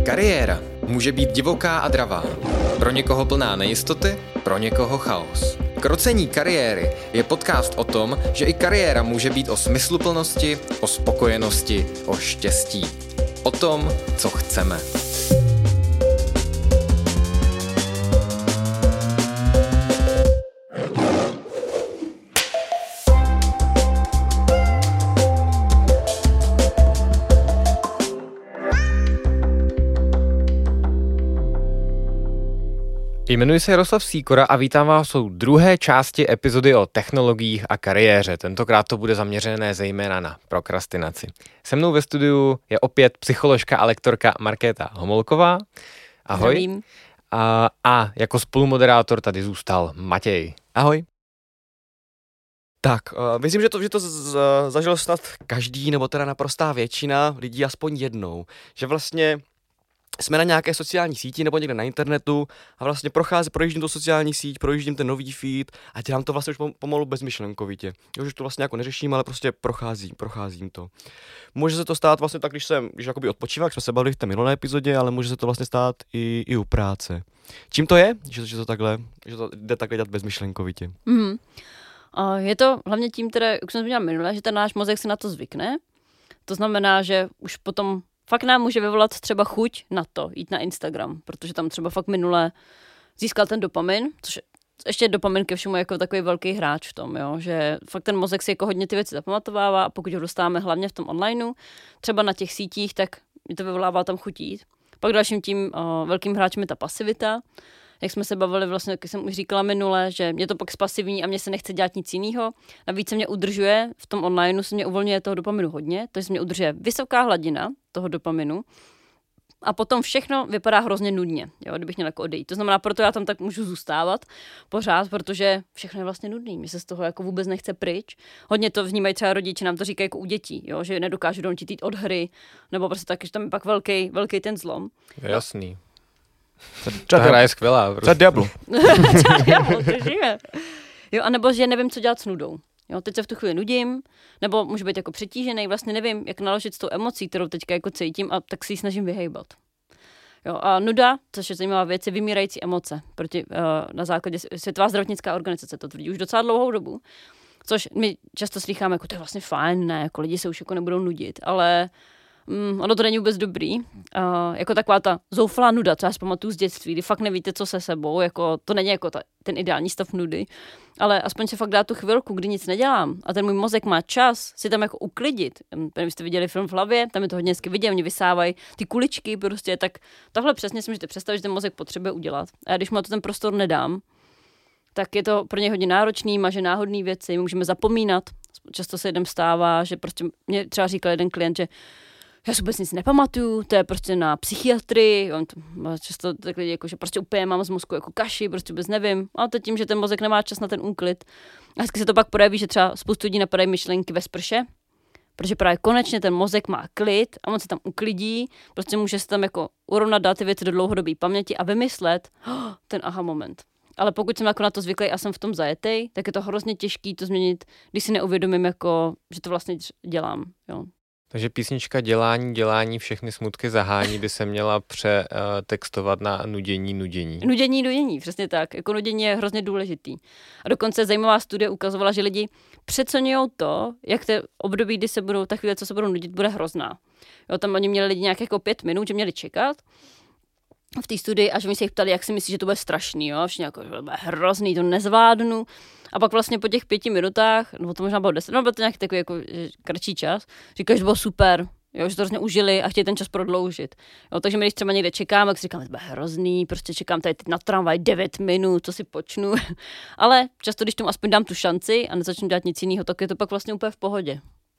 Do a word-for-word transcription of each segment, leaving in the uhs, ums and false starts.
Kariéra může být divoká a dravá. Pro někoho plná nejistoty, pro někoho chaos. Krocení kariéry je podcast o tom, že i kariéra může být o smysluplnosti, o spokojenosti, o štěstí. O tom, co chceme. Jmenuji se Jaroslav Sýkora a vítám vás u druhé části epizody o technologiích a kariéře. Tentokrát to bude zaměřené zejména na prokrastinaci. Se mnou ve studiu je opět psycholožka a lektorka Markéta Homolková. Ahoj. Zdravím. A, a jako spolumoderátor tady zůstal Matěj. Ahoj. Tak, uh, myslím, že to, že to z, z, zažil snad každý, nebo teda naprostá většina lidí aspoň jednou. Že vlastně jsme na nějaké sociální síti nebo někde na internetu a vlastně prochází, projíždím tu sociální síť, projíždím ten nový feed a dělám to vlastně už pomalu bezmyšlenkovitě. Jo, že to vlastně jako neřeším, ale prostě procházím, procházím to. Může se to stát vlastně tak, když jsem, když jakoby odpočívám, jak jsme se bavili v té minulé epizodě, ale může se to vlastně stát i, i u práce. Čím to je, že, že to takhle, že to jde takhle dělat bezmyšlenkovitě? Mm. A je to hlavně tím, teda, jak jsem zmínila minule, že ten náš mozek se na to zvykne. To znamená, že už potom fakt nám může vyvolat třeba chuť na to, jít na Instagram, protože tam třeba fakt minule získal ten dopamin, což ještě dopamin ke všemu jako takový velký hráč v tom, jo? Že fakt ten mozek si jako hodně ty věci zapamatovává a pokud ho dostáváme hlavně v tom onlineu, třeba na těch sítích, tak mi to vyvolává tam chuť jít. Pak dalším tím uh, velkým hráčem je ta pasivita. Jak jsme se bavili, vlastně, jak jsem už říkala minule, že mě to pak spasivní a mě se nechce dělat nic jiného. Navíc se mě udržuje, v tom onlineu se mě uvolňuje toho dopaminu hodně, takže se mě udržuje vysoká hladina toho dopaminu a potom všechno vypadá hrozně nudně, jo, kdybych měla jako odejít. To znamená, proto já tam tak můžu zůstávat pořád, protože všechno je vlastně nudný, mi se z toho jako vůbec nechce pryč. Hodně to vnímají třeba rodiče, nám to říkají jako u dětí, jo, že nedokážu donutit jít od hry, nebo prostě tak, že tam je pak velký, velký ten zlom. Jasný. Ta hra je skvělá. Prostě. Za Diablo. Za Diablo, to žije. Jo, anebo že nevím, co dělat s nudou. Jo, teď se v tu chvíli nudím, nebo můžu být jako přetížený, vlastně nevím, jak naložit s tou emocí, kterou teďka jako cítím a tak si ji snažím vyhejbat. Jo, a nuda, což je zajímavá věc, je vymírající emoce. Proti, uh, na základě Světová zdravotnická organizace to tvrdí už docela dlouhou dobu, což my často slycháme, jako to je vlastně fajn, ne, jako lidi se už jako nebudou nudit, ale Mm, ono to není vůbec dobrý. Uh, jako taková ta zoufalá nuda, co já si pamatuju z dětství, kdy fakt nevíte, co se sebou, jako, to není jako ta, ten ideální stav nudy, ale aspoň se fakt dá tu chvilku, kdy nic nedělám a ten můj mozek má čas si tam jako uklidit. Nevím, jste viděli film v hlavě, tam je to hodně hezky vidět, mě vysávají ty kuličky prostě, tak tohle přesně si můžete představit, že ten mozek potřebuje udělat. A já, když mu to ten prostor nedám, tak je to pro něj hodně náročný, maže náhodné věci, můžeme zapomínat. Často se jedem stává, že prostě mě třeba říkal jeden klient, že já si vůbec nic nepamatuju, to je prostě na psychiatrii, on to má často tak lidi, jako, že prostě úplně mám z mozku jako kaši, prostě vůbec nevím. A to tím, že ten mozek nemá čas na ten úklid. A hezky se to pak projeví, že třeba spoustu lidí napadají myšlenky ve sprše, protože právě konečně ten mozek má klid a on se tam uklidí, prostě může se tam jako urovnat, dát ty věci do dlouhodobé paměti a vymyslet oh, ten aha moment. Ale pokud jsem jako na to zvyklý a jsem v tom zajetej, tak je to hrozně těžký to změnit, když si neuvědomím, jako, že to vlastně dělám, jo. Takže písnička Dělání, dělání, všechny smutky zahání by se měla přetextovat na nudění, nudění. Nudění, nudění, přesně tak. Jako nudění je hrozně důležitý. A dokonce zajímavá studie ukazovala, že lidi přeceňují to, jak te období, kdy se budou, ta chvíle, co se budou nudit, bude hrozná. Jo, tam oni měli lidi nějak jako pět minut, že měli čekat v té studii a že mi se jich ptali, jak si myslí, že to bude strašný, jo, všichni jako, že to bude hrozný, to nezvládnu. A pak vlastně po těch pěti minutách, no to možná bylo deset, no bylo to nějaký takový jako kratší čas, říkají, že bylo super, jo, že to hrozně užili a chtějí ten čas prodloužit. Jo, takže my, když třeba někde čekáme, tak si říkáme, to bude hrozný, prostě čekám tady teď na tramvaj devět minut, co si počnu. Ale často, když tomu aspoň dám tu šanci a nezačnu dělat nic jiného, tak je to pak vlastně úplně v pohodě.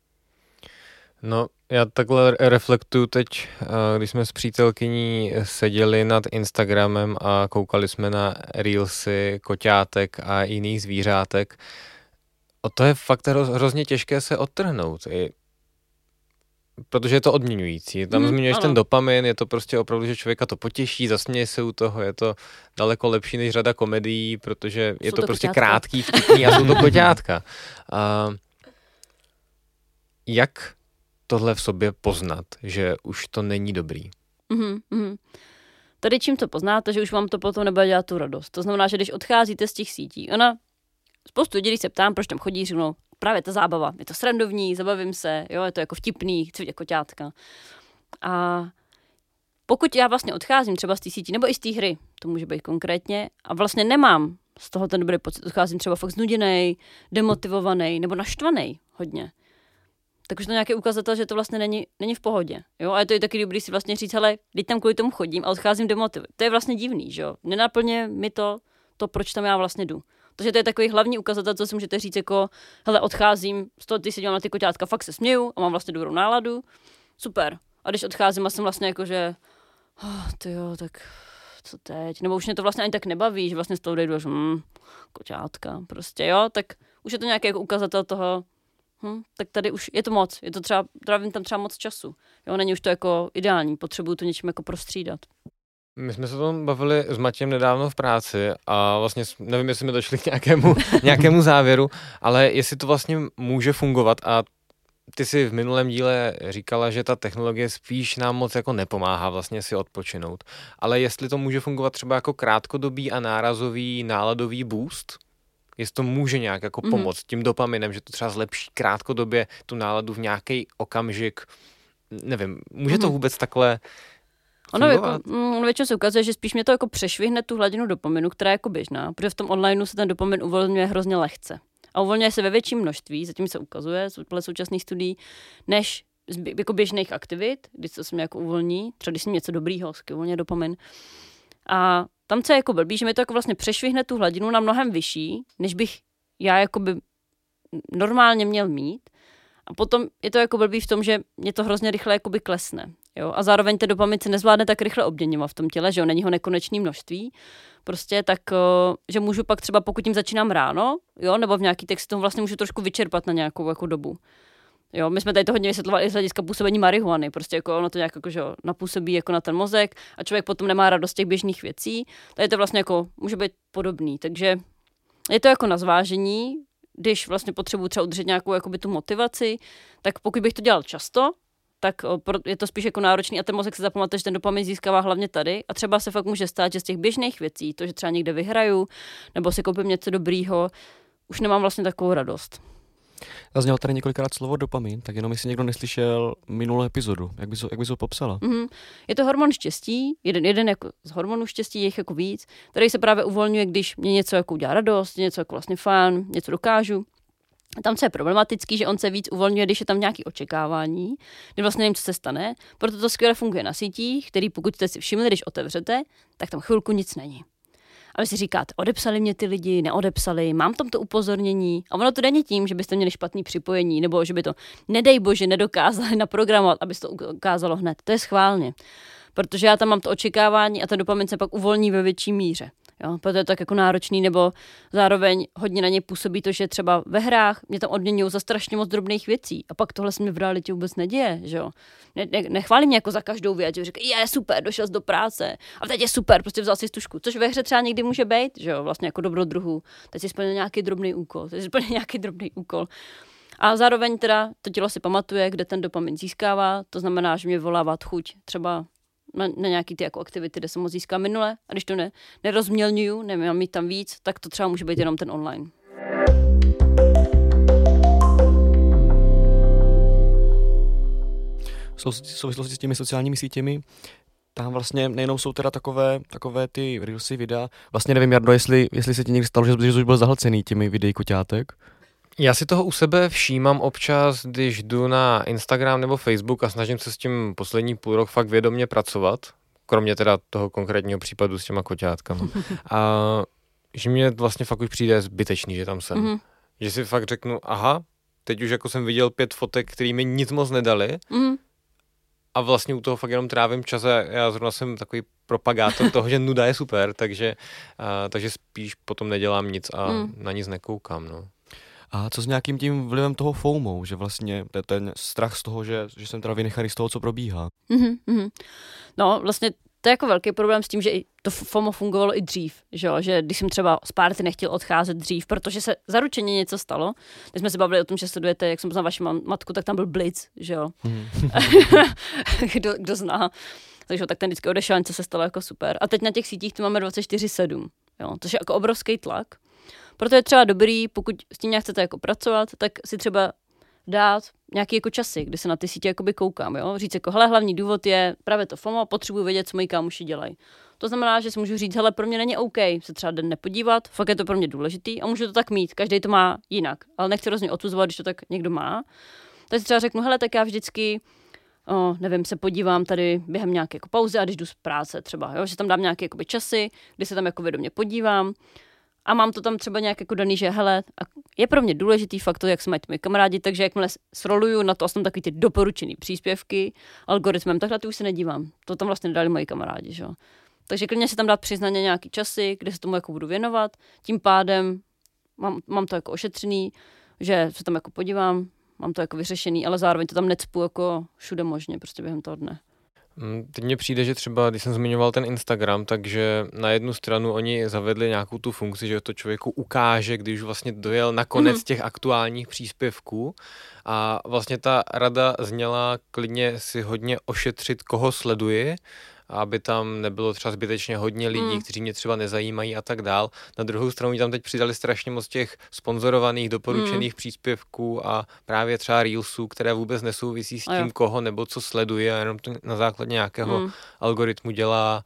No, já takhle reflektuju teď, když jsme s přítelkyní seděli nad Instagramem a koukali jsme na reelsy koťátek a jiných zvířátek. O to je fakt hro, hrozně těžké se odtrhnout, I, protože je to odměňující. Tam mm, zmiňuješ ano. ten dopamin, je to prostě opravdu, že člověka to potěší, zasměje se u toho, je to daleko lepší než řada komedií, protože je to, to prostě koťátka. Krátký, vtipný a jsou to koťátka. A jak tohle v sobě poznat, že už to není dobrý? Mm-hmm, mm-hmm. Tady čím to poznáte, že už vám to potom nebude dělat tu radost. To znamená, že když odcházíte z těch sítí, ona, spoustu lidí, když se ptám, proč tam chodí, řeknou, právě ta zábava, je to srandovní, zabavím se, jo, je to jako vtipný, chci vidět koťátka. A pokud já vlastně odcházím třeba z té sítí, nebo i z té hry, to může být konkrétně, a vlastně nemám z toho ten dobrý pocit, odcházím třeba fakt znuděnej, demotivovaný nebo naštvaný hodně, tak už to nějaký ukazatel, že to vlastně není, není v pohodě. Jo? A je to i taky dobrý si vlastně říct, hele, teď tam kvůli tomu chodím a odcházím demotivovaný. To je vlastně divný, že jo? Nenaplně mi to, to, proč tam já vlastně jdu. Takže to je takový hlavní ukazatel, co si můžete říct, jako, hele, odcházím, z toho, ty si dělám na ty koťátka, fakt se směju a mám vlastně dobrou náladu, super. A když odcházím a jsem vlastně jako, že, oh, ty jo, tak co teď? Nebo už mě to vlastně ani tak nebaví, že vlastně z toho dojdu, že hm, koťátka, prostě jo, tak už je to nějaký jako ukazatel toho, hm, tak tady už je to moc, je to třeba, trávím tam třeba moc času, jo, není už to jako ideální, potřebuju to něčím jako prostřídat. My jsme se o tom bavili s Matějem nedávno v práci a vlastně nevím, jestli jsme došli k nějakému, nějakému závěru, ale jestli to vlastně může fungovat a ty si v minulém díle říkala, že ta technologie spíš nám moc jako nepomáhá vlastně si odpočinout, ale jestli to může fungovat třeba jako krátkodobý a nárazový náladový boost, jestli to může nějak jako pomoct mm-hmm. tím dopaminem, že to třeba zlepší krátkodobě tu náladu v nějaký okamžik, nevím, může to vůbec takhle Ono, jako, ono většinou se ukazuje, že spíš mě to jako přešvihne tu hladinu dopaminu, která je jako běžná, protože v tom onlineu se ten dopamin uvolňuje hrozně lehce. A uvolňuje se ve větším množství, zatím se ukazuje podle současných studií, než z jako běžných aktivit, když to se mě jako uvolní, třeba když jsem něco dobrýho, uvolňuje dopamin. A tam, co je jako blbý, že mi to jako vlastně přešvihne tu hladinu na mnohem vyšší, než bych já jakoby normálně měl mít. A potom je to jako blbý v tom, že mě to hrozně rychle jakoby klesne. Jo? A zároveň ten dopamin se nezvládne tak rychle obměňovat v tom těle, že jo, není ho nekonečné množství. Prostě tak, že můžu pak třeba, pokud tím začínám ráno, jo, nebo v nějaký text tomu vlastně můžu trošku vyčerpat na nějakou jako dobu. Jo, my jsme tady to hodně vysvětlovali i z hlediska působení marihuany, prostě jako ono to nějak jako, že jo, napůsobí jako na ten mozek a člověk potom nemá radost těch běžných věcí. Tady to vlastně jako může být podobný, takže je to jako na zvážení, když vlastně potřebuji třeba udržet nějakou jakoby tu motivaci, tak pokud bych to dělal často, tak je to spíš jako náročný a ten mozek se zapamatuje, že ten dopamin získává hlavně tady a třeba se fakt může stát, že z těch běžných věcí, to, že třeba někde vyhraju, nebo si koupím něco dobrýho, už nemám vlastně takovou radost. Zaznělo tady několikrát slovo dopamin, tak jenom jestli někdo neslyšel minulou epizodu, jak bys ho, jak bys ho popsala? Mm-hmm. Je to hormon štěstí, jeden, jeden jako z hormonů štěstí, je jich jako víc, který se právě uvolňuje, když mě něco jako udělá radost, něco jako vlastně fajn, něco dokážu. Tam, co je problematický, že on se víc uvolňuje, když je tam nějaké očekávání, kdy vlastně nevím, co se stane, proto to skvěle funguje na sítích, který pokud jste si všimli, když otevřete, tak tam chvilku nic není. A vy si říkáte, odepsali mě ty lidi, neodepsali, mám tam to upozornění. A ono to není tím, že byste měli špatný připojení, nebo že by to, nedej bože, nedokázali naprogramovat, aby se to ukázalo hned. To je schválně. Protože já tam mám to očekávání a ten dopamin se pak uvolní ve větší míře. Jo, proto je to tak jako náročný, nebo zároveň hodně na ně působí to, že třeba ve hrách mě tam odměňují za strašně moc drobných věcí a pak tohle se mi v realitě vůbec neděje, že jo. Ne, ne, nechválí mě jako za každou věc, že říkají, je super, došel jsi do práce a teď je super, prostě vzal si stužku, což ve hře třeba někdy může být, že jo, vlastně jako dobrodruhů, teď si splnil nějaký drobný úkol, teď si splnil nějaký drobný úkol. A zároveň teda to tělo si pamatuje, kde ten dopamin získává, to znamená, že mě volává chuť třeba na, na nějaký ty jako aktivity, kde jsem ho získal minule a když to ne, nerozmělňuju, nemám mít tam víc, tak to třeba může být jenom ten online. V souvislosti s těmi sociálními sítěmi, tam vlastně nejenom jsou teda takové, takové ty reelsy videa, vlastně nevím, Jardo, jestli, jestli se ti někdy stalo, že jsi už byl zahlcený těmi videí koťátek. Já si toho u sebe všímám občas, když jdu na Instagram nebo Facebook a snažím se s tím poslední půl rok fakt vědomě pracovat, kromě teda toho konkrétního případu s těma koťátkama. A že mě vlastně fakt už přijde zbytečný, že tam jsem. Mm-hmm. Že si fakt řeknu, aha, teď už jako jsem viděl pět fotek, které mi nic moc nedali mm-hmm. a vlastně u toho fakt jenom trávím čas a já zrovna jsem takový propagátor toho, že nuda je super, takže, a, takže spíš potom nedělám nic a mm. na nic nekoukám, no. A co s nějakým tím vlivem toho FOMO, že vlastně ten strach z toho, že, že jsem teda vynechaný z toho, co probíhá? Mm-hmm. No vlastně to je jako velký problém s tím, že i to FOMO fungovalo i dřív, že, jo? Že když jsem třeba z party nechtěl odcházet dřív, protože se zaručeně něco stalo. Když jsme se bavili o tom, že sledujete, jak jsem poznal vaši matku, tak tam byl Blitz, že jo. Mm. kdo, kdo zná. Takže tak ten vždycky odešel, něco se stalo jako super. A teď na těch sítích to máme dvacet čtyři sedm, jo, což je jako obrovský tlak. Proto je třeba dobrý, pokud s tím nějak chcete jako pracovat, tak si třeba dát nějaký jako časy, kdy se na ty sítě jakoby koukám, jo? Říct jako, hele, hlavní důvod je právě to FOMO, potřebuji vědět, co moji kámoši dělají. To znamená, že si můžu říct, hele, pro mě není OK se třeba den nepodívat, fakt je to pro mě důležitý a můžu to tak mít, každý to má jinak, ale nechci hrozně odsuzovat, když to tak někdo má. Tak si třeba řeknu, hele, tak já vždycky, o, nevím, se podívám tady během nějaké jako pauzy a když jdu z práce třeba, jo? Že tam dám nějaké jakoby časy, kdy se tam jako vědomě podívám. A mám to tam třeba nějak jako daný, že hele, je pro mě důležitý fakt to, jak se mají moji kamarádi, takže jakmile sroluju na to, a jsem takový ty doporučený příspěvky algoritmem, tak na ty už se nedívám. To tam vlastně nedali moji kamarádi, že jo. Takže klidně si tam dát přiznaně nějaký časy, kde se tomu jako budu věnovat. Tím pádem mám, mám to jako ošetřený, že se tam jako podívám, mám to jako vyřešený, ale zároveň to tam necpu jako všude možně, prostě během toho dne. Teď mně přijde, že třeba, když jsem zmiňoval ten Instagram, takže na jednu stranu oni zavedli nějakou tu funkci, že to člověku ukáže, když vlastně dojel na konec mm. těch aktuálních příspěvků a vlastně ta rada zněla klidně si hodně ošetřit, koho sleduji, aby tam nebylo třeba zbytečně hodně lidí, mm. kteří mě třeba nezajímají a tak dál. Na druhou stranu tam teď přidali strašně moc těch sponzorovaných, doporučených mm. příspěvků a právě třeba Reelsů, které vůbec nesouvisí s tím, koho nebo co sleduje a jenom to na základě nějakého mm. algoritmu dělá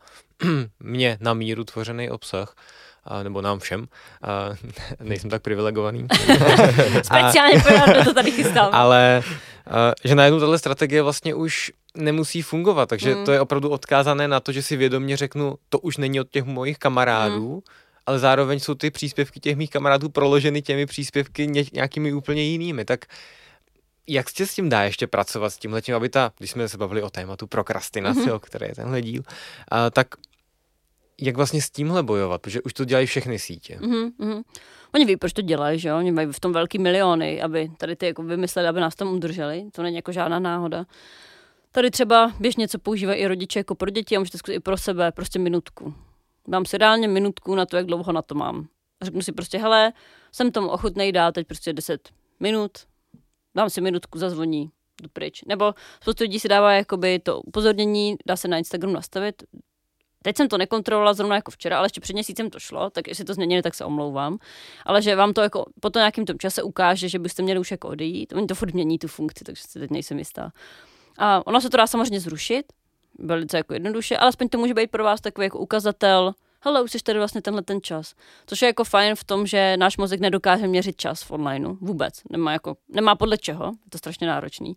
mě na míru tvořený obsah. A, nebo nám všem. A, nejsem tak privilegovaný. Speciálně pro to tady chystám. Ale a, že najednou tato strategie vlastně už nemusí fungovat, takže mm. to je opravdu odkázané na to, že si vědomě řeknu, to už není od těch mojich kamarádů, mm. ale zároveň jsou ty příspěvky těch mých kamarádů proloženy těmi příspěvky ně, nějakými úplně jinými. Tak jak se s tím dá ještě pracovat s tímhletím, aby ta, když jsme se bavili o tématu prokrastinace, mm-hmm. o které je tenhle díl, a, tak jak vlastně s tímhle bojovat, protože už to dělají všechny sítě. Mm-hmm. Oni ví, proč to dělají, že jo? Oni mají v tom velký miliony, aby tady ty jako vymysleli, aby nás tam udrželi. To není jako žádná náhoda. Tady třeba běžně co používají i rodiče jako pro děti a můžete zkusit i pro sebe, prostě minutku. Dám si reálně minutku na to, jak dlouho na to mám. A řeknu si prostě, hele, jsem tomu ochotnej dát teď prostě deset minut, dám si minutku, zazvoní, jdu pryč. Nebo spoustu lidí si dává jakoby to upozornění, dá se na Instagramu nastavit. Teď jsem to nekontrolovala zrovna jako včera, ale ještě před měsícem to šlo, tak jestli to změnili, tak se omlouvám. Ale že vám to jako po to nějakým tom čase ukáže, že byste měli už jako odejít. Oni to furt mění tu funkci, takže si teď nejsem jistá. A ono se to dá samozřejmě zrušit, velice jako jednoduše, ale aspoň to může být pro vás takový jako ukazatel, hele, už jsi tady vlastně tenhle ten čas. Což je jako fajn v tom, že náš mozek nedokáže měřit čas v onlineu, vůbec. Nemá, jako, nemá podle čeho, je to strašně náročný.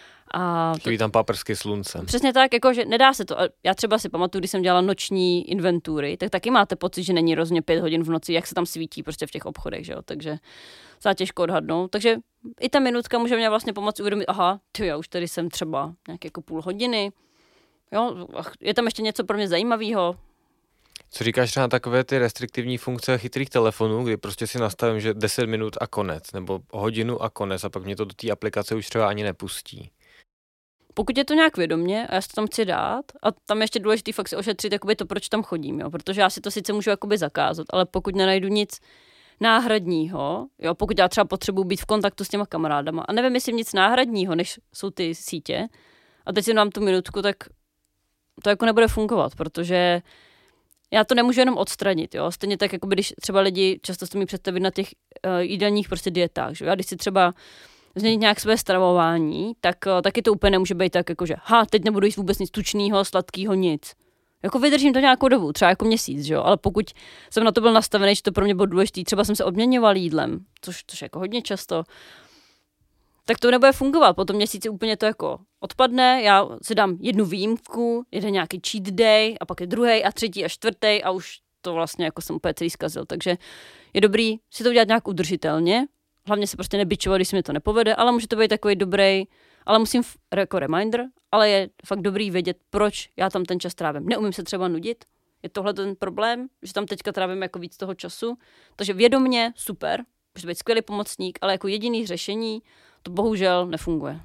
A chybí tam paprsky slunce. Přesně tak, jako, že nedá se to. Já třeba si pamatuju, když jsem dělala noční inventury, tak taky máte pocit, že není rozhodně pět hodin v noci, jak se tam svítí prostě v těch obchodech, že jo, takže se těžko odhadnout. Takže i ta minutka může mě vlastně pomoct uvědomit, aha, ty já už tady jsem třeba nějak jako půl hodiny, jo, je tam ještě něco pro mě zajímavého. Co říkáš třeba na takové ty restriktivní funkce chytrých telefonů, kdy prostě si nastavím, že deset minut a konec, nebo hodinu a konec a pak mě to do té aplikace už třeba ani nepustí. Pokud je to nějak vědomě a já si to tam chci dát, a tam je ještě důležitý fakt si ošetřit jakoby to, proč tam chodím, jo? Protože já si to sice můžu jakoby zakázat, ale pokud nenajdu nic náhradního, jo? Pokud já třeba potřebuji být v kontaktu s těma kamarádama a nevím, jestli nic náhradního, než jsou ty sítě, a teď si dám tu minutku, tak to jako nebude fungovat, protože já to nemůžu jenom odstranit, jo? Stejně tak, jako když třeba lidi často se mi představit na těch uh, jídelních prostě dietách, že? Já když si třeba změnit nějak své stravování, tak uh, taky to úplně nemůže být tak, jako že ha, teď nebudu jíst vůbec nic tučného, sladkého, nic. Jako vydržím to nějakou dobu, třeba jako měsíc, že jo, ale pokud jsem na to byl nastavený, že to pro mě bylo důležité, třeba jsem se obměňoval jídlem, což, což jako hodně často, tak to nebude fungovat. Po tom měsíci úplně to jako odpadne, já si dám jednu výjimku, jeden nějaký cheat day a pak je druhý a třetí a čtvrtý a už to vlastně jako jsem úplně celý zkazil. Takže je dobrý si to udělat nějak udržitelně, hlavně se prostě nebičovat, když se mi to nepovede, ale může to být takový dobrý, ale musím jako reminder, ale je fakt dobrý vědět, proč já tam ten čas trávím. Neumím se třeba nudit, je tohle ten problém, že tam teďka trávím jako víc toho času, takže vědomě super, může být skvělý pomocník, ale jako jediný řešení to bohužel nefunguje.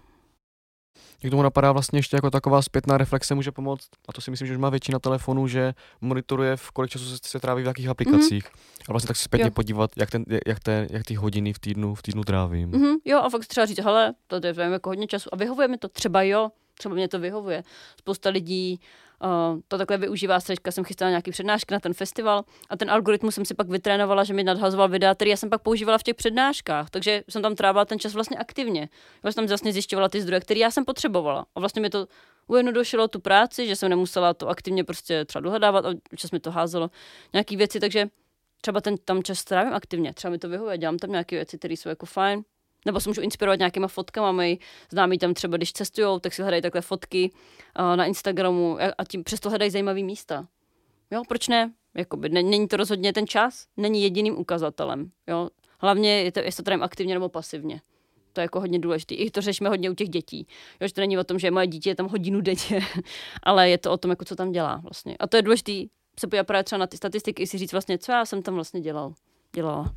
K tomu napadá vlastně ještě jako taková zpětná reflexe může pomoct, a to si myslím, že už má většina telefonů, že monitoruje, v kolik času se, se tráví v jakých aplikacích. Mm-hmm. A vlastně tak se zpětně jo. podívat, jak, ten, jak, ten, jak ty hodiny v týdnu, v týdnu trávím. Mm-hmm. Jo, a fakt třeba říct, hele, to je jako hodně času a vyhovuje mi to, třeba jo, třeba mě to vyhovuje. Spousta lidí Uh, to takhle využívá. Teďka jsem chystala nějaký přednášky na ten festival a ten algoritmus jsem si pak vytrénovala, že mi nadhazoval videa, který já jsem pak používala v těch přednáškách, takže jsem tam trávila ten čas vlastně aktivně. Já jsem tam vlastně zjišťovala ty zdroje, které já jsem potřebovala. A vlastně mi to ujednodušilo tu práci, že jsem nemusela to aktivně prostě třeba dohledávat a čas mi to házelo nějaký věci, takže třeba ten tam čas strávím aktivně, třeba mi to vyhovuje, dělám tam nějaké věci, které jsou jako fajn. Nebo se můžu inspirovat nějakýma fotkama, mají známí tam třeba, když cestujou, tak si hledají takhle fotky uh, na Instagramu a tím přesto hledají zajímavý místa. Jo, proč ne? Jakoby, není to rozhodně ten čas, není jediným ukazatelem. Jo? Hlavně je to, jestli to trávím aktivně nebo pasivně. To je jako hodně důležité. I to řešíme hodně u těch dětí. Jo, že to není o tom, že moje dítě je tam hodinu denně, ale je to o tom, jako co tam dělá vlastně. A to je důležité se podívat právě třeba na ty statistiky i si říct vlastně, co já jsem tam vlastně dělal, dělala.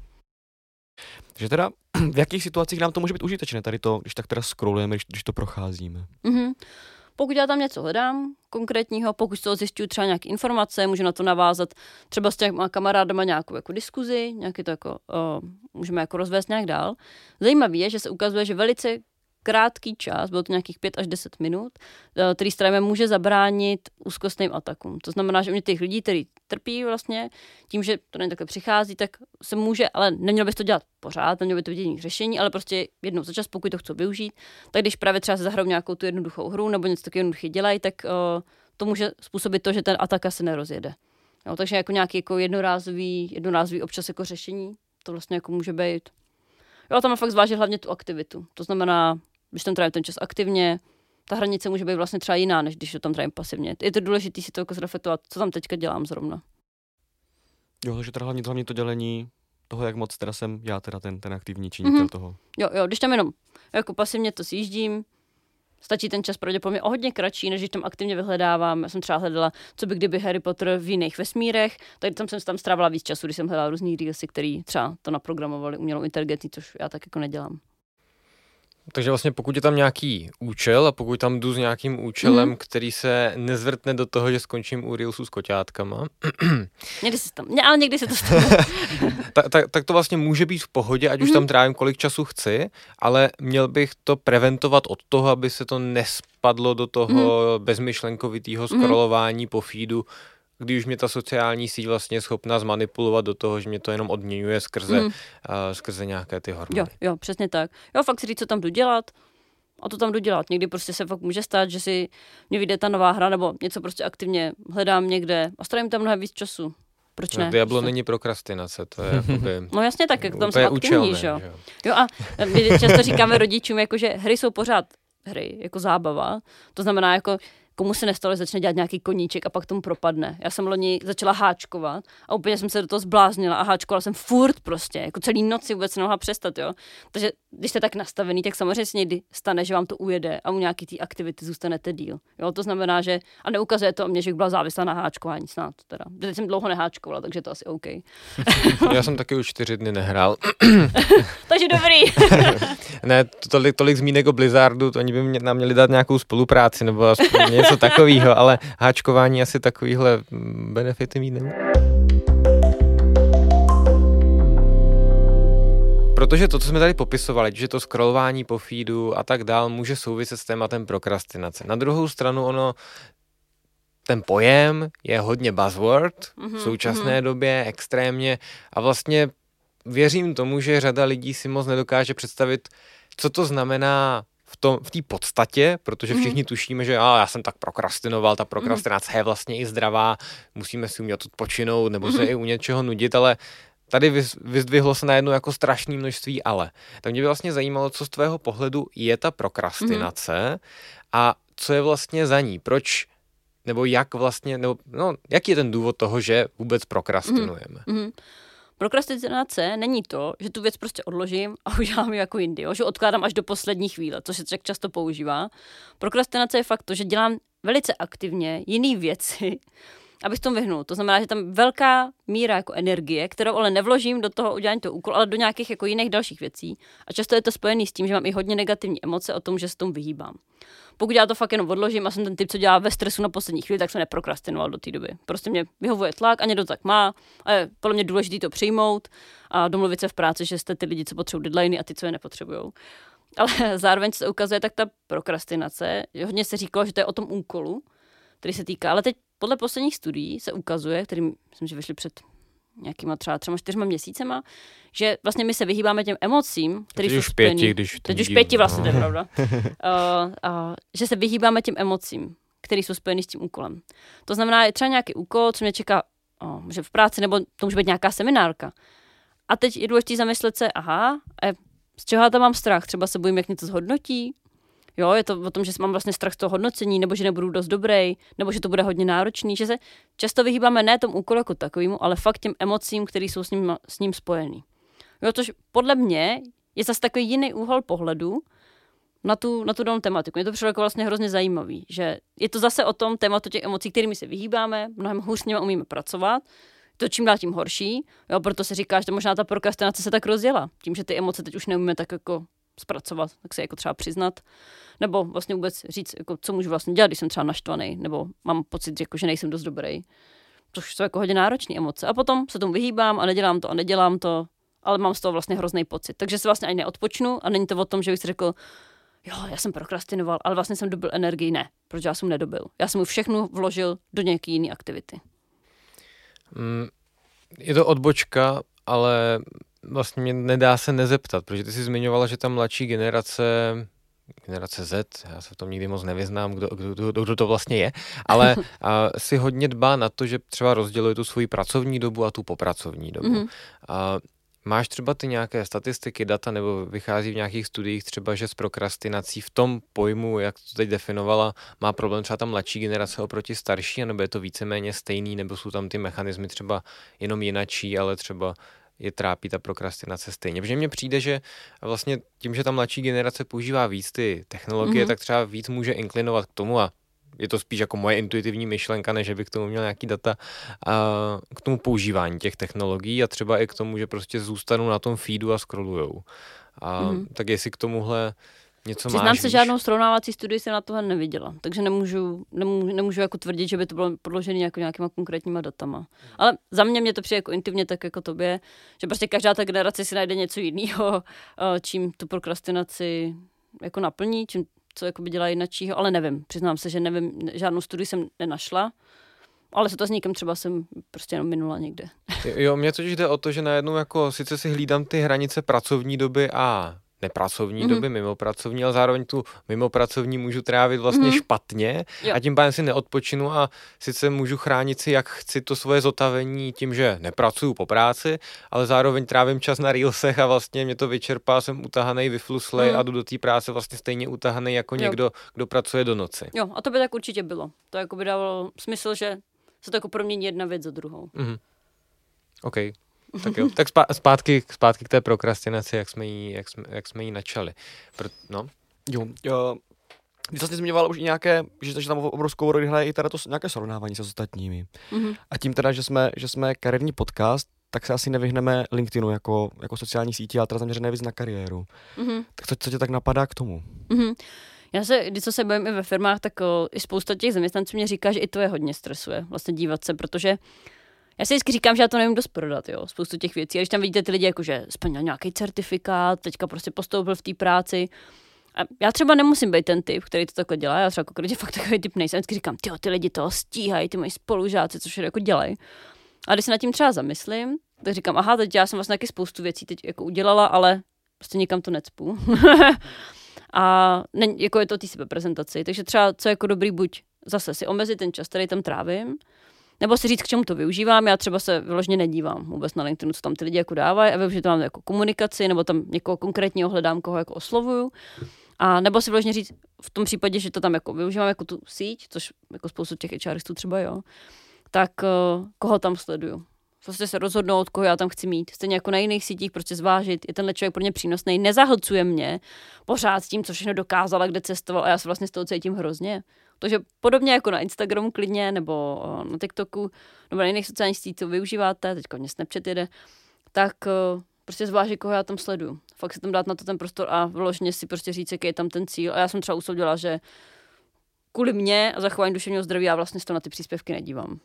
Takže teda v jakých situacích nám to může být užitečné, tady to, když tak teda scrollujeme, když, když to procházíme? Mm-hmm. Pokud já tam něco hledám konkrétního, pokud z toho zjišťuju třeba nějaké informace, můžu na to navázat třeba s těma kamarádama nějakou jako diskuzi, nějaký to jako, uh, můžeme jako rozvést nějak dál. Zajímavé je, že se ukazuje, že velice krátký čas, bylo to nějakých pět až deset minut, který strávíme, může zabránit úzkostným atakům. To znamená, že u těch lidí, kteří trpí vlastně tím, že to není takhle přichází, tak se může, ale neměl bys to dělat pořád, neměl by to jediný řešení, ale prostě jednou za čas, pokud to chcou využít, tak když právě třeba se zahrajou nějakou tu jednoduchou hru nebo něco takového jednoduché dělají, tak uh, to může způsobit to, že ten ataka se nerozjede. Jo, takže jako nějaký jako jednorázový, jednorázový občas jako řešení, to vlastně jako může být. Jo, tam je fakt zvážit hlavně tu aktivitu. To znamená, když tam trávím ten čas aktivně, ta hranice může být vlastně třeba jiná, než když to tam trávím pasivně. Je to důležité si to jako zreflektovat, co tam teďka dělám zrovna. Jo, takže teda hlavně, hlavně to dělení toho, jak moc teda jsem já teda ten, ten aktivní činitel mm-hmm. toho. Jo, jo, když tam jenom jako pasivně to sjíždím, stačí ten čas pravděpodobně o hodně kratší, než když tam aktivně vyhledávám. Já jsem třeba hledala, co by kdyby Harry Potter v jiných vesmírech, tak tam jsem tam strávila víc času, když jsem hledala různý reelsy, který třeba to naprogramovali umělou inteligencí, což já tak jako nedělám. Takže vlastně pokud je tam nějaký účel a pokud tam jdu s nějakým účelem, mm. který se nezvrtne do toho, že skončím u Reelsu s koťátkama. Někdy se tam, ne, ale někdy se to stane. tak, tak, tak to vlastně může být v pohodě, ať už mm. tam trávím kolik času chci, ale měl bych to preventovat od toho, aby se to nespadlo do toho mm. bezmyšlenkovitého scrollování mm. po feedu, když už mě ta sociální síť vlastně je schopná zmanipulovat do toho, že mě to jenom odměňuje skrze, mm. uh, skrze nějaké ty hormony. Jo, jo, přesně tak. Jo, fakt si říct, co tam jdu dělat a to tam jdu dělat. Někdy prostě se fakt může stát, že si mě vyjde ta nová hra nebo něco prostě aktivně hledám někde a strávím tam mnohem víc času. Proč ne? No, Diablo prostě není prokrastinace, to je jakoby... No jasně tak, jak tam jsou aktivní, že jo. Jo a my často říkáme rodičům, jako, že hry jsou pořád hry, jako zábava. To znamená, jako komu se nestalo, že začne dělat nějaký koníček a pak tomu propadne. Já jsem loni začala háčkovat a úplně jsem se do toho zbláznila a háčkovala jsem furt prostě, jako celý noci vůbec nemohla přestat, jo. Takže když jste tak nastavený, tak samozřejmě se někdy stane, že vám to ujede a u nějaký té aktivity zůstanete díl. Jo, to znamená, že a neukazuje to mě, že bych byla závislá na háčkování snad teda. Teď jsem dlouho neháčkovala, takže to asi OK. Já jsem taky už čtyři dny nehrál. Takže dobrý. Ne, tolik, tolik zmínek o Blizzardu, to oni by mě, nám měli dát nějakou spolupráci nebo aspoň něco takového, ale háčkování asi takovýhle benefity mít nemůže. Protože to, co jsme tady popisovali, že to scrollování po feedu a tak dál může souviset s tématem prokrastinace. Na druhou stranu ono, ten pojem je hodně buzzword mm-hmm, v současné mm-hmm. době, extrémně a vlastně věřím tomu, že řada lidí si moc nedokáže představit, co to znamená v tom, v té podstatě, protože všichni mm. tušíme, že a, já jsem tak prokrastinoval, ta prokrastinace mm. je vlastně i zdravá, musíme si umět odpočinout nebo se mm. i u něčeho nudit, ale tady vyzdvihlo se najednou jako strašné množství ale. Tak mě by vlastně zajímalo, co z tvého pohledu je ta prokrastinace mm. a co je vlastně za ní, proč nebo jak vlastně, nebo no, jaký je ten důvod toho, že vůbec prokrastinujeme. Mm. Prokrastinace není to, že tu věc prostě odložím a udělám ji jako jindy, jo? Že odkládám až do poslední chvíle, což se tak často používá. Prokrastinace je fakt to, že dělám velice aktivně jiný věci, abych tomu vyhnul. To znamená, že tam velká míra jako energie, kterou ale nevložím do toho udělání toho úkolu, ale do nějakých jako jiných dalších věcí. A často je to spojený s tím, že mám i hodně negativní emoce o tom, že se tomu vyhýbám. Pokud já to fakt jenom odložím a jsem ten typ, co dělá ve stresu na poslední chvíli, tak jsem neprokrastinoval do té doby. Prostě mě vyhovuje tlak a někdo to tak má. A je podle mě důležité to přijmout a domluvit se v práci, že jste ty lidi, co potřebují deadliny a ty, co je nepotřebujou. Ale zároveň se ukazuje, tak ta prokrastinace, hodně se říkalo, že to je o tom úkolu, který se týká, ale teď podle posledních studií se ukazuje, který myslím, že vyšly před nějakýma třeba třema, čtyřma měsícema, že vlastně my se vyhýbáme těm emocím, které jsou spojený. Teď už pěti vlastně, to je pravda. uh, uh, že se vyhýbáme těm emocím, které jsou spojený s tím úkolem. To znamená, je třeba nějaký úkol, co mě čeká, oh, může v práci, nebo to může být nějaká seminárka. A teď je důležité zamyslet se, aha, e, z čeho já tam mám strach? Třeba se bojím, jak mě to zhodnotí. Jo, je to o tom, že mám vlastně strach z toho hodnocení, nebo že nebudu dost dobrý, nebo že to bude hodně náročný, že se často vyhýbáme ne tomu úkolu jako takovému, ale fakt těm emocím, které jsou s ním, s ním spojený. Jo, což podle mě je zase takový jiný úhel pohledu na tu, na tu danou tematiku. Mě to přišlo jako vlastně hrozně zajímavý, že je to zase o tom tématu těch emocí, kterými se vyhýbáme, mnohem hůř s nimi umíme pracovat, to čím dál tím horší, jo, proto se říká, že možná ta prokrastinace se tak rozjela, tím, že ty emoce teď už neumíme tak jako zpracovat, tak se jako třeba přiznat, nebo vlastně vůbec říct, jako, co můžu vlastně dělat, když jsem třeba naštvaný, nebo mám pocit, jako, že nejsem dost dobrý, což jsou jako hodně náročné emoce. A potom se tomu vyhýbám a nedělám to a nedělám to, ale mám z toho vlastně hrozný pocit. Takže se vlastně ani neodpočnu a není to o tom, že bych si řekl, jo, já jsem prokrastinoval, ale vlastně jsem dobil energii. Ne, protože já jsem nedobil. Já jsem mu všechno vložil do nějaké jiné aktivity. Mm, je to odbočka, ale vlastně mě nedá se nezeptat, protože ty jsi zmiňovala, že ta mladší generace, generace Z, já se v tom nikdy moc nevyznám, kdo, kdo, kdo, kdo to vlastně je, ale a, si hodně dbá na to, že třeba rozděluje tu svoji pracovní dobu a tu popracovní dobu. Mm-hmm. A máš třeba ty nějaké statistiky, data, nebo vychází v nějakých studiích třeba, že s prokrastinací v tom pojmu, jak to teď definovala, má problém třeba ta mladší generace oproti starší, nebo je to víceméně stejný, nebo jsou tam ty mechanismy třeba jenom jinačí, ale třeba je trápí ta prokrastinace stejně. Protože mně přijde, že vlastně tím, že ta mladší generace používá víc ty technologie, mm-hmm. tak třeba víc může inklinovat k tomu a je to spíš jako moje intuitivní myšlenka, než bych k tomu měl nějaký data, a k tomu používání těch technologií a třeba i k tomu, že prostě zůstanou na tom feedu a scrollujou. A mm-hmm. tak jestli k tomuhle něco Přiznám máš, se, víš? žádnou srovnávací studii jsem na tohle neviděla, takže nemůžu, nemůžu, nemůžu jako tvrdit, že by to bylo podložené jako nějakýma konkrétníma datama. Ale za mě mě to přijde jako intuitivně tak jako tobě, že prostě každá ta generace si najde něco jiného, čím tu prokrastinaci jako naplní, čím co jako by dělá jinačího, ale nevím. Přiznám se, že nevím, žádnou studii jsem nenašla, ale s otazníkem třeba jsem prostě jenom minula někde. Jo, mě totiž jde o to, že najednou jako sice si hlídám ty hranice pracovní doby a nepracovní mm-hmm. doby, mimo pracovní, ale zároveň tu mimo pracovní můžu trávit vlastně mm-hmm. špatně jo. a tím pádem si neodpočinu a sice můžu chránit si, jak chci to svoje zotavení tím, že nepracuju po práci, ale zároveň trávím čas na reelsech a vlastně mě to vyčerpá, jsem utahanej, vyfluslej mm. a jdu do té práce vlastně stejně utahanej jako jo. někdo, kdo pracuje do noci. Jo, a to by tak určitě bylo. To jako by dávalo smysl, že se to jako promění jedna věc za druhou. Mm-hmm. OK. Tak jo, tak zpátky, zpátky k té prokrastinaci, jak jsme jí, jak jsme, jak jsme jí načali. Pro, no. Jo, jo. Když vlastně zmiňoval už i nějaké, že, že tam obrovskou roli hraje i teda to nějaké srovnávání se s ostatními. Mm-hmm. A tím teda, že jsme, že jsme kariérní podcast, tak se asi nevyhneme LinkedInu jako, jako sociální síti, ale teda zaměřené víc na kariéru. Mm-hmm. Tak co, co tě tak napadá k tomu? Mm-hmm. Já se, když co se bavím i ve firmách, tak o, i spousta těch zaměstnanců mě říká, že i to je hodně stresuje, vlastně dívat se, protože já si vždycky říkám, že já to nevím dost prodat, jo, spoustu těch věcí. A když tam vidíte ty lidi, jako že splnil nějaký certifikát, teďka prostě postoupil v té práci. A já třeba nemusím být ten typ, který to takhle dělá. Já třeba jako, když fakt takový typ nejsem, vždycky říkám, tyjo, ty lidi toho stíhají, ty mají spolužáci, což jako dělají. A když se nad tím třeba zamyslím, tak říkám, aha, teď já jsem vlastně taky spoustu věcí teď jako udělala, ale prostě nikam to necpu. A ne, jako je to o té sebeprezentaci. Takže třeba, co je jako dobrý, buď zase si omezit ten čas, který tam trávím, nebo si říct, k čemu to využívám. Já třeba se vyloženě nedívám vůbec na LinkedInu, co tam ty lidi jako dávají, a využiju to mám jako komunikaci, nebo tam někoho konkrétního hledám, koho jako oslovuju. A nebo si vyloženě říct v tom případě, že to tam jako využívám jako tu síť, což jako spoustu těch HRistů třeba jo, tak uh, koho tam sleduju. Prostě se rozhodnout, koho já tam chci mít. Stejně jako na jiných sítích prostě zvážit, je tenhle člověk pro mě přínosný, nezahlcuje mě pořád s tím, co všechno dokázala, kde cestoval a já se vlastně z toho cítím hrozně. Takže podobně jako na Instagramu klidně, nebo na TikToku, nebo na jiných sociálních sítích, co využíváte, teďka mě Snapchat jede, tak uh, prostě zvážit, koho já tam sleduju. Fakt se tam dát na to ten prostor a vložně si prostě říct, jaký je tam ten cíl. A já jsem třeba usoudila, že kvůli mě a zachování duševního zdraví já vlastně z toho na ty příspěvky nedívám.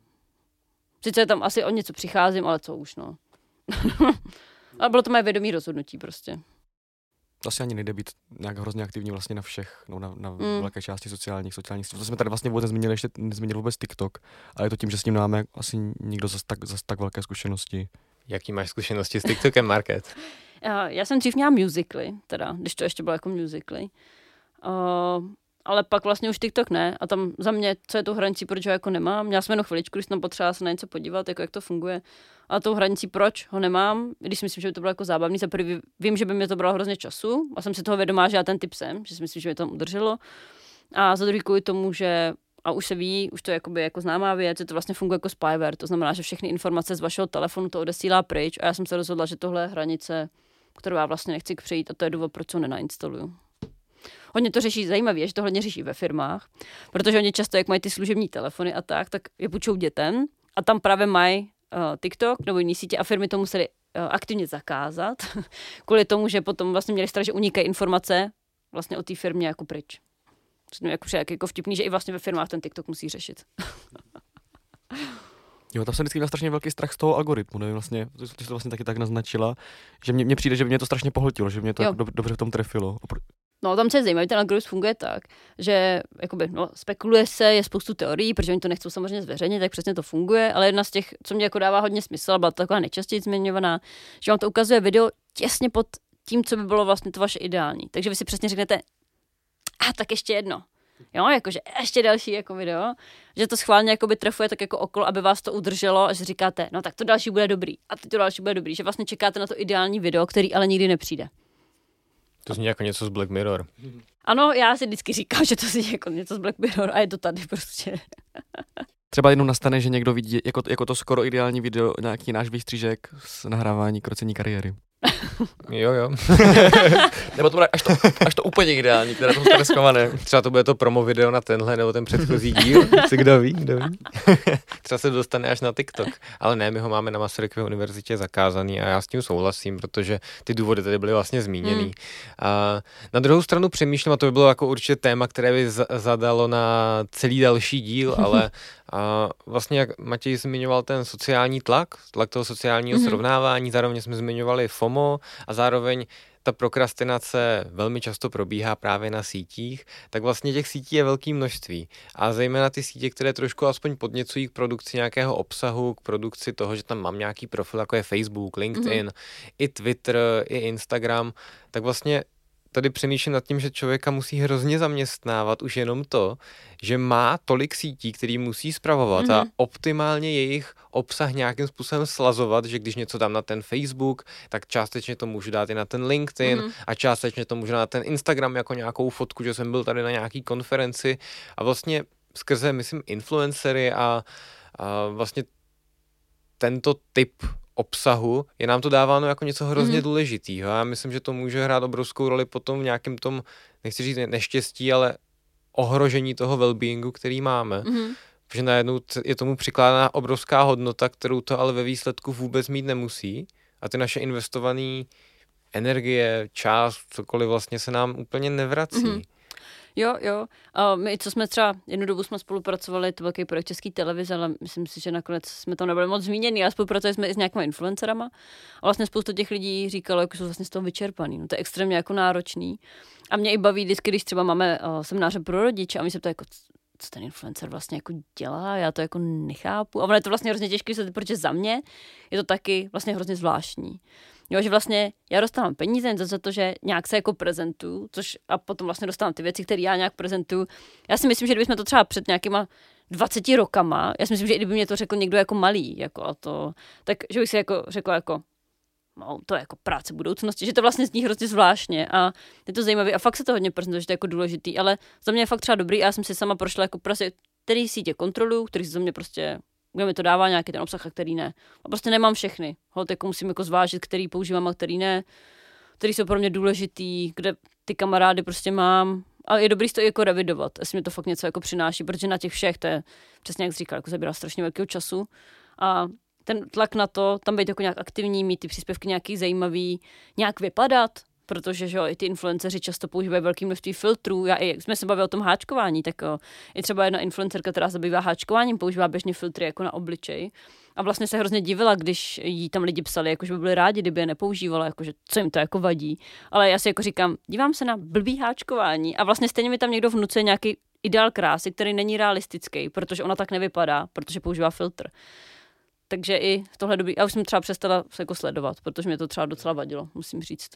Sice tam asi o něco přicházím, ale co už, no. Ale bylo to moje vědomí rozhodnutí prostě. to asi ani nejde být nějak hrozně aktivní vlastně na všech, no na, na Mm. velké části sociálních, sociálních. To jsme tady vlastně vůbec nezmínili, ještě nezmínili vůbec TikTok, ale je to tím, že s ním nemáme asi nikdo zas tak, zas tak velké zkušenosti. Jaký máš zkušenosti s TikTokem, Market? Já, já jsem dřív měla musically, teda, když to ještě bylo jako musically. Uh, ale pak vlastně už TikTok ne. A tam za mě, co je tou hranicí, proč ho jako nemám. Měla jsem jenom chviličku, když jsem potřebovala se na něco podívat, jako jak to funguje. A tou hranicí, proč ho nemám, když si myslím, že by to bylo jako zábavný. Za prvý vím, že by mě to bralo hrozně času a jsem si toho vědomá, že já ten typ jsem, že si myslím, že mě to udrželo. A za druhý kvůli tomu, že a už se ví, už to je jakoby jako známá věc, že to vlastně funguje jako spyware, to znamená, že všechny informace z vašeho telefonu to odesílá pryč a já jsem se rozhodla, že tohle je hranice, kterou já vlastně nechci přejít a to je důvod, proč ho nenainstaluju. Hodně to řeší, zajímavé, že to hodně řeší ve firmách, protože oni často, jak mají ty služební telefony a tak, tak je půjčou dětem a tam právě mají uh, TikTok nebo jiný sítě a firmy to museli uh, aktivně zakázat, kvůli tomu, že potom vlastně měli strach, že unikají informace vlastně o té firmě jako pryč. Jako, jako vtipný, že i vlastně ve firmách ten TikTok musí řešit. Jo, tam jsem vždycky měl strašně velký strach z toho algoritmu, nevím vlastně, ty jsi to vlastně taky tak naznačila, že mě, mě přijde, že by mě to strašně pohltilo, že by mě to jako dob, dobře v tom trefilo. No, tam se zajímavé, ten algoritmus funguje tak, že jakoby, no, spekuluje se, je spoustu teorií, protože oni to nechcou samozřejmě zveřejnit, tak přesně to funguje, ale jedna z těch, co mě jako dává hodně smysl, byla to taková nejčastěji zmiňovaná, že vám to ukazuje video těsně pod tím, co by bylo vlastně to vaše ideální. Takže vy si přesně řeknete, a tak ještě jedno. Jo, jakože ještě další jako video, že to schválně jakoby trefuje tak jako okolo, aby vás to udrželo a že říkáte, no tak to další bude dobrý a teď to další bude dobrý, že vlastně čekáte na to ideální video, který ale nikdy nepřijde. To zní jako něco z Black Mirror. Ano, já si vždycky říkám, že to zní jako něco z Black Mirror a je to tady prostě. Třeba jednou nastane, že někdo vidí jako, jako to skoro ideální video, nějaký náš výstřížek z nahrávání krocení kariéry. Jo, jo. Nebo to bude až to, až to úplně ideální, které to stane schované. Třeba to bude to promo video na tenhle nebo ten předchozí díl, si kdo ví, kdo ví. Třeba se dostane až na TikTok. Ale ne, my ho máme na Masarykově univerzitě zakázaný a já s tím souhlasím, protože ty důvody tady byly vlastně zmíněný. Hmm. A na druhou stranu přemýšlím, a to by bylo jako určitě téma, které by z- zadalo na celý další díl, ale a vlastně jak Matěj zmiňoval ten sociální tlak, tlak toho sociálního mm-hmm. srovnávání, zároveň jsme zmiňovali FOMO a zároveň ta prokrastinace velmi často probíhá právě na sítích, tak vlastně těch sítí je velké množství. A zejména ty sítě, které trošku aspoň podněcují k produkci nějakého obsahu, k produkci toho, že tam mám nějaký profil, jako je Facebook, LinkedIn, mm-hmm. i Twitter, i Instagram, tak vlastně tady přemýšlím nad tím, že člověka musí hrozně zaměstnávat už jenom to, že má tolik sítí, který musí spravovat mm-hmm. a optimálně jejich obsah nějakým způsobem slazovat, že když něco dám na ten Facebook, tak částečně to můžu dát i na ten LinkedIn mm-hmm. a částečně to můžu dát na ten Instagram jako nějakou fotku, že jsem byl tady na nějaký konferenci a vlastně skrze, myslím, influencery a, a vlastně tento typ obsahu, je nám to dáváno jako něco hrozně mm-hmm. důležitýho. Já myslím, že to může hrát obrovskou roli potom v nějakém tom, nechci říct neštěstí, ale ohrožení toho wellbeingu, který máme. Mm-hmm. Protože najednou je tomu přikládána obrovská hodnota, kterou to ale ve výsledku vůbec mít nemusí. A ty naše investované energie, čas, cokoliv vlastně se nám úplně nevrací. Mm-hmm. Jo, jo. A my, co jsme třeba, jednu dobu jsme spolupracovali, to byl takový projekt České televize, ale myslím si, že nakonec jsme tam nebyli moc zmíněni, ale spolupracovali jsme i s nějakými influencerama. A vlastně spoustu těch lidí říkalo, jako jsou vlastně z toho vyčerpaný. No to je extrémně jako náročný. A mě i baví vždycky, když třeba máme uh, semináře pro rodiče a my se ptají, jako, co ten influencer vlastně jako dělá, já to jako nechápu. A ono je to vlastně hrozně těžké, protože za mě je to taky vlastně hrozně zvláštní. Jo, že vlastně já dostávám peníze za to, že nějak se jako prezentuju, což a potom vlastně dostávám ty věci, které já nějak prezentuju. Já si myslím, že kdybychom to třeba před nějakýma dvaceti rokama, já si myslím, že i kdyby mě to řekl někdo jako malý, jako a to, tak že bych si jako řekla jako, no to je jako práce budoucnosti, že to vlastně zní hrozně zvláštně a je to zajímavé a fakt se to hodně prezentuje, že to je jako důležitý, ale za mě je fakt třeba dobrý a já jsem si sama prošla jako prostě, který sítě kontroluju, který za mě prostě kde mi to dává nějaký ten obsah a který ne. A prostě nemám všechny. Holt, jako musím jako zvážit, který používám a který ne. Který jsou pro mě důležitý, kde ty kamarády prostě mám. A je dobrý to jako revidovat, jestli mi to fakt něco jako přináší, protože na těch všech, to je přesně jak jsi říkal, jako zabírá strašně velkého času. A ten tlak na to, tam být jako nějak aktivní, mít ty příspěvky nějaký zajímavý, nějak vypadat, protože že jo, i ty influenceři často používají velké množství filtrů. Já i, jak jsme se bavili o tom háčkování, tak jo, i třeba jedna influencerka, která se bývá háčkováním, používá běžně filtry jako na obličej. A vlastně se hrozně divila, když jí tam lidi psali, jakože by byli rádi, kdyby je nepoužívala, jakože co jim to jako vadí. Ale já si jako říkám, dívám se na blbý háčkování a vlastně stejně mi tam někdo vnucuje nějaký ideál krásy, který není realistický, protože ona tak nevypadá, protože používá filtr. Takže i v tohle době, já už jsem třeba přestala se jako sledovat, protože mě to třeba docela vadilo, musím říct.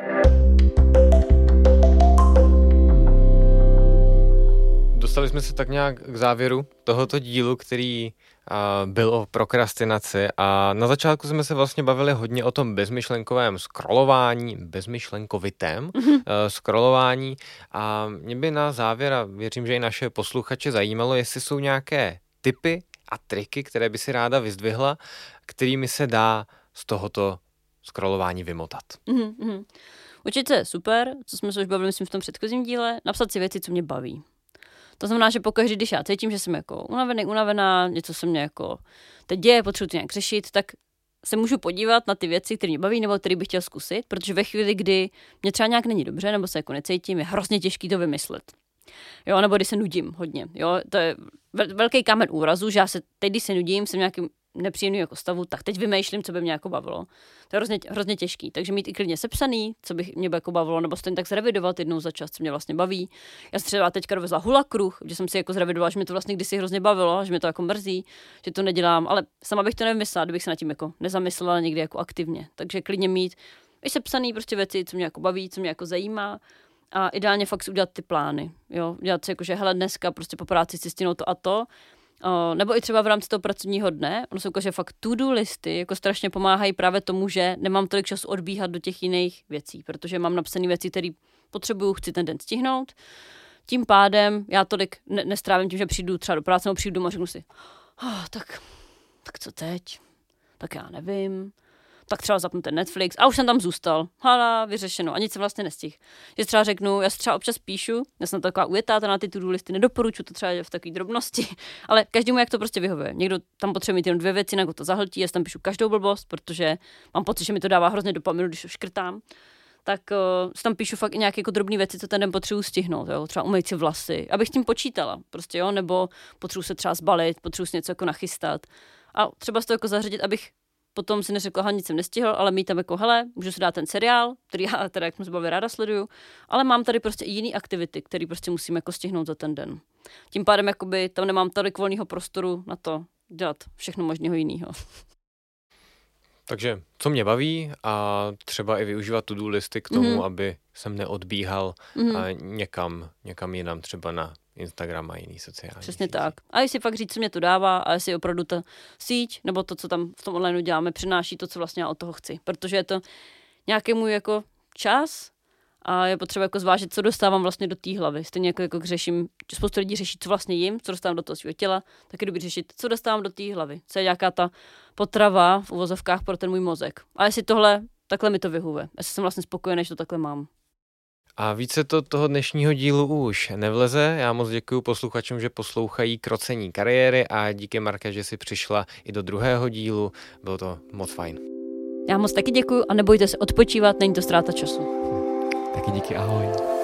Dostali jsme se tak nějak k závěru tohoto dílu, který uh, byl o prokrastinaci a na začátku jsme se vlastně bavili hodně o tom bezmyšlenkovém scrollování, bezmyšlenkovitém mm-hmm. uh, scrollování a mě by na závěr, a věřím, že i naše posluchače zajímalo, jestli jsou nějaké tipy a triky, které by si ráda vyzdvihla, kterými se dá z tohoto scrollování vymotat. Mm-hmm. Určitě je super, co jsme se už bavili, myslím, v tom předchozím díle, napsat si věci, co mě baví. To znamená, že pokaždé, když já cítím, že jsem jako unavený, unavená, něco se mě jako teď děje, potřebuji to nějak řešit, tak se můžu podívat na ty věci, které mě baví nebo které bych chtěl zkusit, protože ve chvíli, kdy mě třeba nějak není dobře nebo se jako necítím, je hrozně těžký to vymyslet. Jo, nebo když se nudím hodně. Jo, to je velký kámen úrazu, že já se teď, když se nudím, jsem nějakým nepříjemný jako stavu, tak teď vymýšlím, co by mě jako bavilo. To je hrozně, hrozně těžký. Takže mít i klidně sepsaný, co by mě jako bavilo, nebo stejně tak zrevidovat jednou za čas, co mě vlastně baví. Já jsem třeba teďka dovezla hula kruh, že jsem si jako zrevidovala, že mě to vlastně kdysi hrozně bavilo, že mě to jako mrzí, že to nedělám, ale sama bych to nevymyslela, kdybych se nad tím jako nezamyslela někdy jako aktivně. Takže klidně mít i sepsaný prostě věci, co mě jako baví, co mě jako zajímá. A ideálně fakt si udělat ty plány. Jo? Udělat si jako, že hele, dneska prostě po práci si stěnou to a to. O, nebo i třeba v rámci toho pracovního dne. Ono se ukáže fakt to-do listy jako strašně pomáhají právě tomu, že nemám tolik času odbíhat do těch jiných věcí, protože mám napsané věci, které potřebuju, chci ten den stihnout. Tím pádem já tolik ne- nestrávím tím, že přijdu třeba do práce nebo přijdu doma a řeknu si, oh, tak, tak co teď? Tak já nevím. Tak třeba zapnu ten Netflix a už jsem tam zůstal. Hala, vyřešeno. A nic se vlastně nestihl. Že třeba řeknu, já si třeba občas píšu, já jsem taková ujetá na ty to-do listy, nedoporučuji to třeba v takové drobnosti, ale každému, jak to prostě vyhovuje. Někdo tam potřebuje mít jenom dvě věci, nebo to zahltí, já si tam píšu každou blbost, protože mám pocit, že mi to dává hrozně dopaminu, když to škrtám. Tak uh, si tam píšu fakt i nějaké jako drobné věci, co ten den potřebuji stihnout, jo? Třeba umýt si vlasy, abych tím počítala, prostě jo, nebo potřebuji se třeba zbalit, potřebuji si něco jako nachystat a třeba si to jako zařadit, abych potom si neřekla, nic jsem nestihl, ale mít tam jako, hele, můžu si dát ten seriál, který já teda, jak jsme se bavili, ráda sleduju, ale mám tady prostě i jiný aktivity, které prostě musím jako stihnout za ten den. Tím pádem jakoby tam nemám tolik volného prostoru na to dělat všechno možného jiného. Takže co mě baví a třeba i využívat to-do listy k tomu, mm. aby jsem neodbíhal mm. a někam, někam jinam, třeba na Instagram a jiný sociální Přesně sítě. tak. A jestli fakt říct, co mě to dává a jestli opravdu ta síť nebo to, co tam v tom online děláme, přináší to, co vlastně já od toho chci. Protože je to nějaký můj jako čas a je potřeba jako zvážit, co dostávám vlastně do té hlavy. Stejně jako, jako řeším, spoustu lidí řeší, co vlastně jim, co dostávám do toho svého těla, tak je dobrý řešit, co dostávám do té hlavy. Co je nějaká ta potrava v uvozovkách pro ten můj mozek. A jestli tohle, takhle mi to vyhovuje. Jestli jsem vlastně spokojený, že to takhle mám. A více to toho dnešního dílu už nevleze. Já moc děkuji posluchačům, že poslouchají Krocení kariéry a díky Marké, že si přišla i do druhého dílu. Bylo to moc fajn. Já moc taky děkuji a nebojte se odpočívat, není to ztráta času. Taky díky, ahoj.